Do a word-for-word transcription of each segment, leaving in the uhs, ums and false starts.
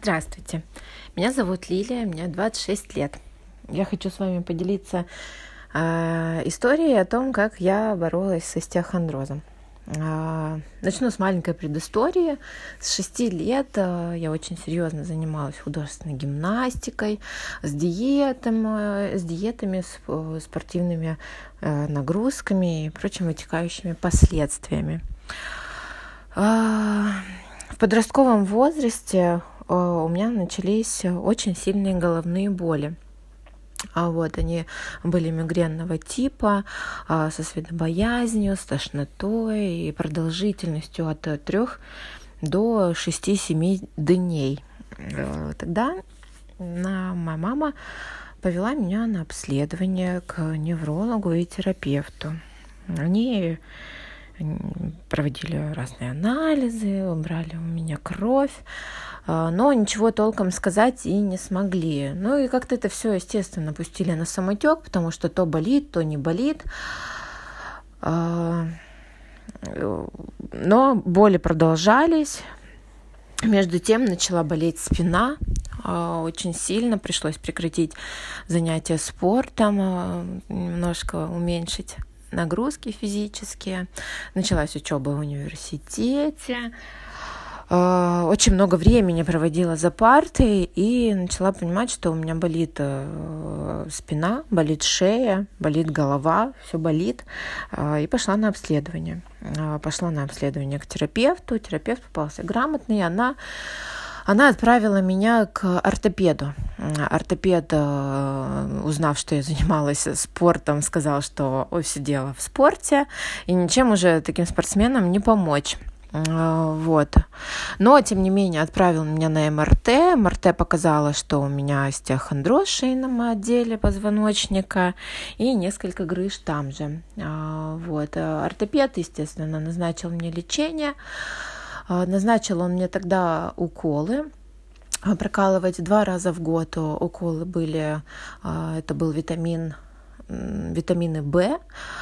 Здравствуйте, меня зовут Лилия, мне двадцать шесть лет. Я хочу с вами поделиться э, историей о том, как я боролась с остеохондрозом. Э, начну с маленькой предыстории. С шести лет э, я очень серьезно занималась художественной гимнастикой, с, диетом, э, с диетами, с э, спортивными э, нагрузками и прочими вытекающими последствиями. Э, в подростковом возрасте у меня начались очень сильные головные боли. А вот они были мигренного типа, со светобоязнью, с тошнотой и продолжительностью от трёх до шести-семи дней. Тогда моя мама повела меня на обследование к неврологу и терапевту. Они проводили разные анализы, убрали у меня кровь, но ничего толком сказать и не смогли. Ну и как-то это все, естественно, пустили на самотек, потому что то болит, то не болит. Но боли продолжались. Между тем начала болеть спина очень сильно, пришлось прекратить занятия спортом, немножко уменьшить нагрузки физические. Началась учеба в университете. Очень много времени проводила за партой и начала понимать, что у меня болит спина, болит шея, болит голова, все болит. И пошла на обследование. Пошла на обследование к терапевту. Терапевт попался грамотный. Она Она отправила меня к ортопеду. Ортопед, узнав, что я занималась спортом, сказал, что ой, все дело в спорте, и ничем уже таким спортсменам не помочь. Вот. Но, тем не менее, отправил меня на эм эр тэ. эм эр тэ показала, что у меня остеохондроз в шейном отделе позвоночника и несколько грыж там же. Вот. Ортопед, естественно, назначил мне лечение. Назначил он мне тогда уколы, прокалывать два раза в год уколы были, это был витамин, витамины В,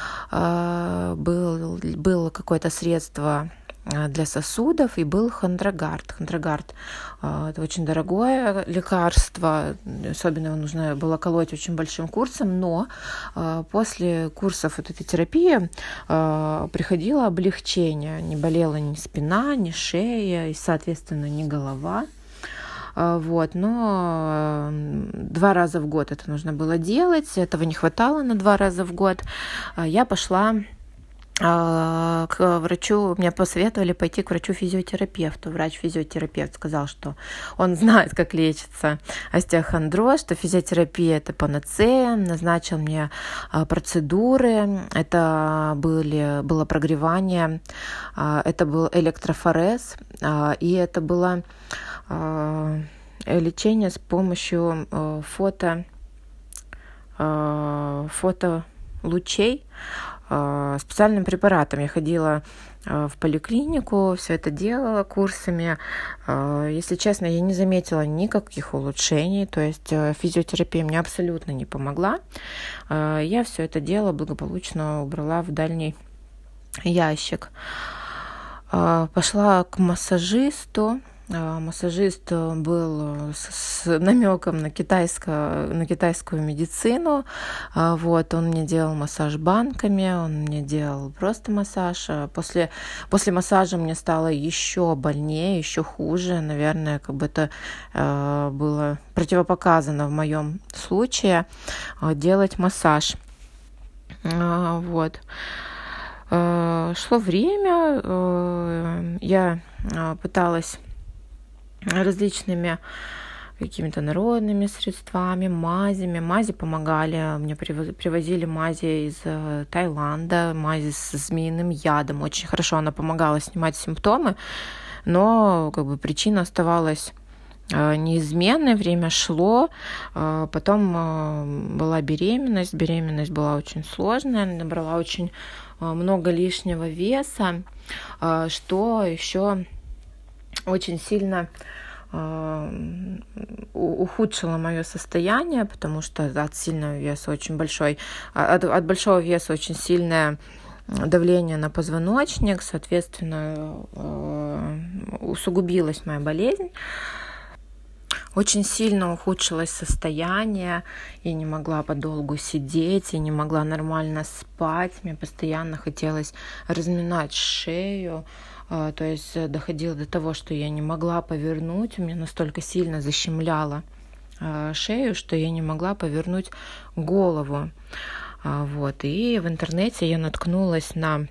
был, было какое-то средство для сосудов и был хондрогard. Хондрогard – это очень дорогое лекарство, особенно его нужно было колоть очень большим курсом, но после курсов вот этой терапии приходило облегчение. Не болела ни спина, ни шея и, соответственно, ни голова. Вот, но два раза в год это нужно было делать, этого не хватало на два раза в год. Я пошла к врачу, мне посоветовали пойти к врачу-физиотерапевту. Врач-физиотерапевт сказал, что он знает, как лечится остеохондроз, что физиотерапия – это панацея, назначил мне процедуры, это были, было прогревание, это был электрофорез, и это было лечение с помощью фото, фотолучей, специальным препаратом. Я ходила в поликлинику, все это делала курсами. Если честно, я не заметила никаких улучшений, то есть физиотерапия мне абсолютно не помогла. Я все это дело благополучно убрала в дальний ящик. Пошла к массажисту. Массажист был с намеком на, китайско, на китайскую медицину. Вот, он мне делал массаж банками, он мне делал просто массаж. После, после массажа мне стало еще больнее, еще хуже. Наверное, как бы это было противопоказано в моем случае делать массаж. Вот. Шло время, я пыталась различными какими-то народными средствами, мазями. Мази помогали. Мне привозили мази из Таиланда, мази с змеиным ядом. Очень хорошо она помогала снимать симптомы, но как бы причина оставалась неизменной, время шло. Потом была беременность. Беременность была очень сложная, набрала очень много лишнего веса, что еще очень сильно э, ухудшило мое состояние, потому что от сильного веса очень большой, от, от большого веса очень сильное давление на позвоночник, соответственно, э, усугубилась моя болезнь. Очень сильно ухудшилось состояние, я не могла подолгу сидеть, я не могла нормально спать, мне постоянно хотелось разминать шею, то есть доходило до того, что я не могла повернуть, у меня настолько сильно защемляло шею, что я не могла повернуть голову. Вот. И в интернете я наткнулась на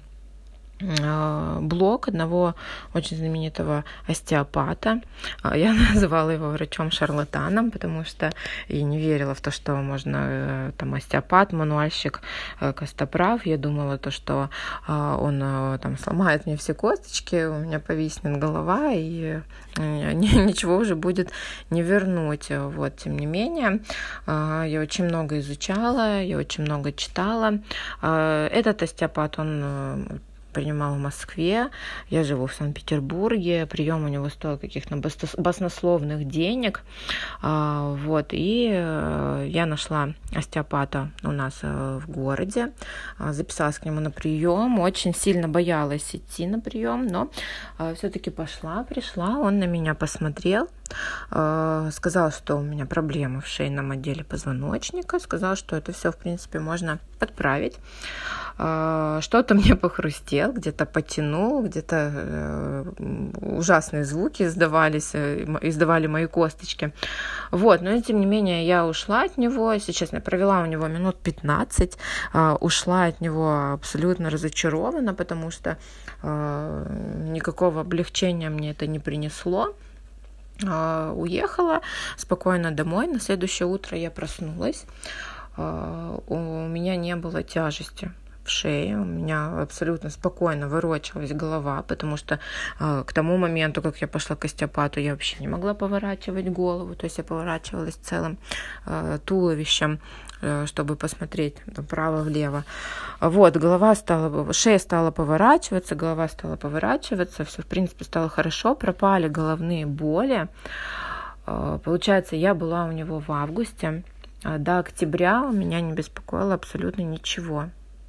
блог одного очень знаменитого остеопата. Я называла его врачом-шарлатаном, потому что я не верила в то, что можно там остеопат, мануальщик, костоправ. Я думала то, что он там сломает мне все косточки, у меня повиснет голова, и ничего уже будет не вернуть. Вот. Тем не менее, я очень много изучала, я очень много читала. Этот остеопат, он принимал в Москве, я живу в Санкт-Петербурге, прием у него стоил каких-то баснословных денег, вот, и я нашла остеопата у нас в городе, записалась к нему на прием, очень сильно боялась идти на прием, но все-таки пошла, пришла, он на меня посмотрел, сказал, что у меня проблемы в шейном отделе позвоночника, сказал, что это все, в принципе, можно подправить. Что-то мне похрустел, где-то потянул, где-то ужасные звуки издавались, издавали мои косточки. Вот, но тем не менее я ушла от него, сейчас я провела у него минут пятнадцать, ушла от него абсолютно разочарована, потому что никакого облегчения мне это не принесло. Уехала спокойно домой, на следующее утро я проснулась, у меня не было тяжести в шее, у меня абсолютно спокойно ворочалась голова, потому что э, к тому моменту, как я пошла к остеопату, я вообще не могла поворачивать голову, то есть я поворачивалась целым э, туловищем, э, чтобы посмотреть вправо-влево. Вот, голова стала, шея стала поворачиваться, голова стала поворачиваться, все, в принципе, стало хорошо, пропали головные боли. Э, получается, я была у него в августе, а до октября у меня не беспокоило абсолютно ничего.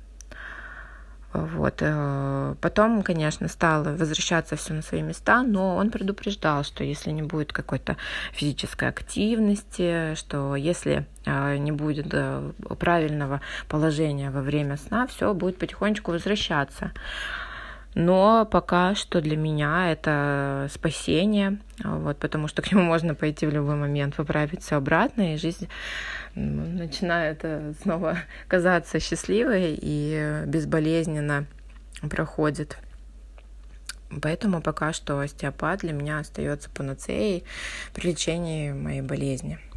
Вот. Потом, конечно, стало возвращаться все на свои места, но он предупреждал, что если не будет какой-то физической активности, что если не будет правильного положения во время сна, все будет потихонечку возвращаться. Но пока что для меня это спасение, вот, потому что к нему можно пойти в любой момент, поправить все обратно, и жизнь начинает снова казаться счастливой и безболезненно проходит. Поэтому пока что остеопат для меня остается панацеей при лечении моей болезни.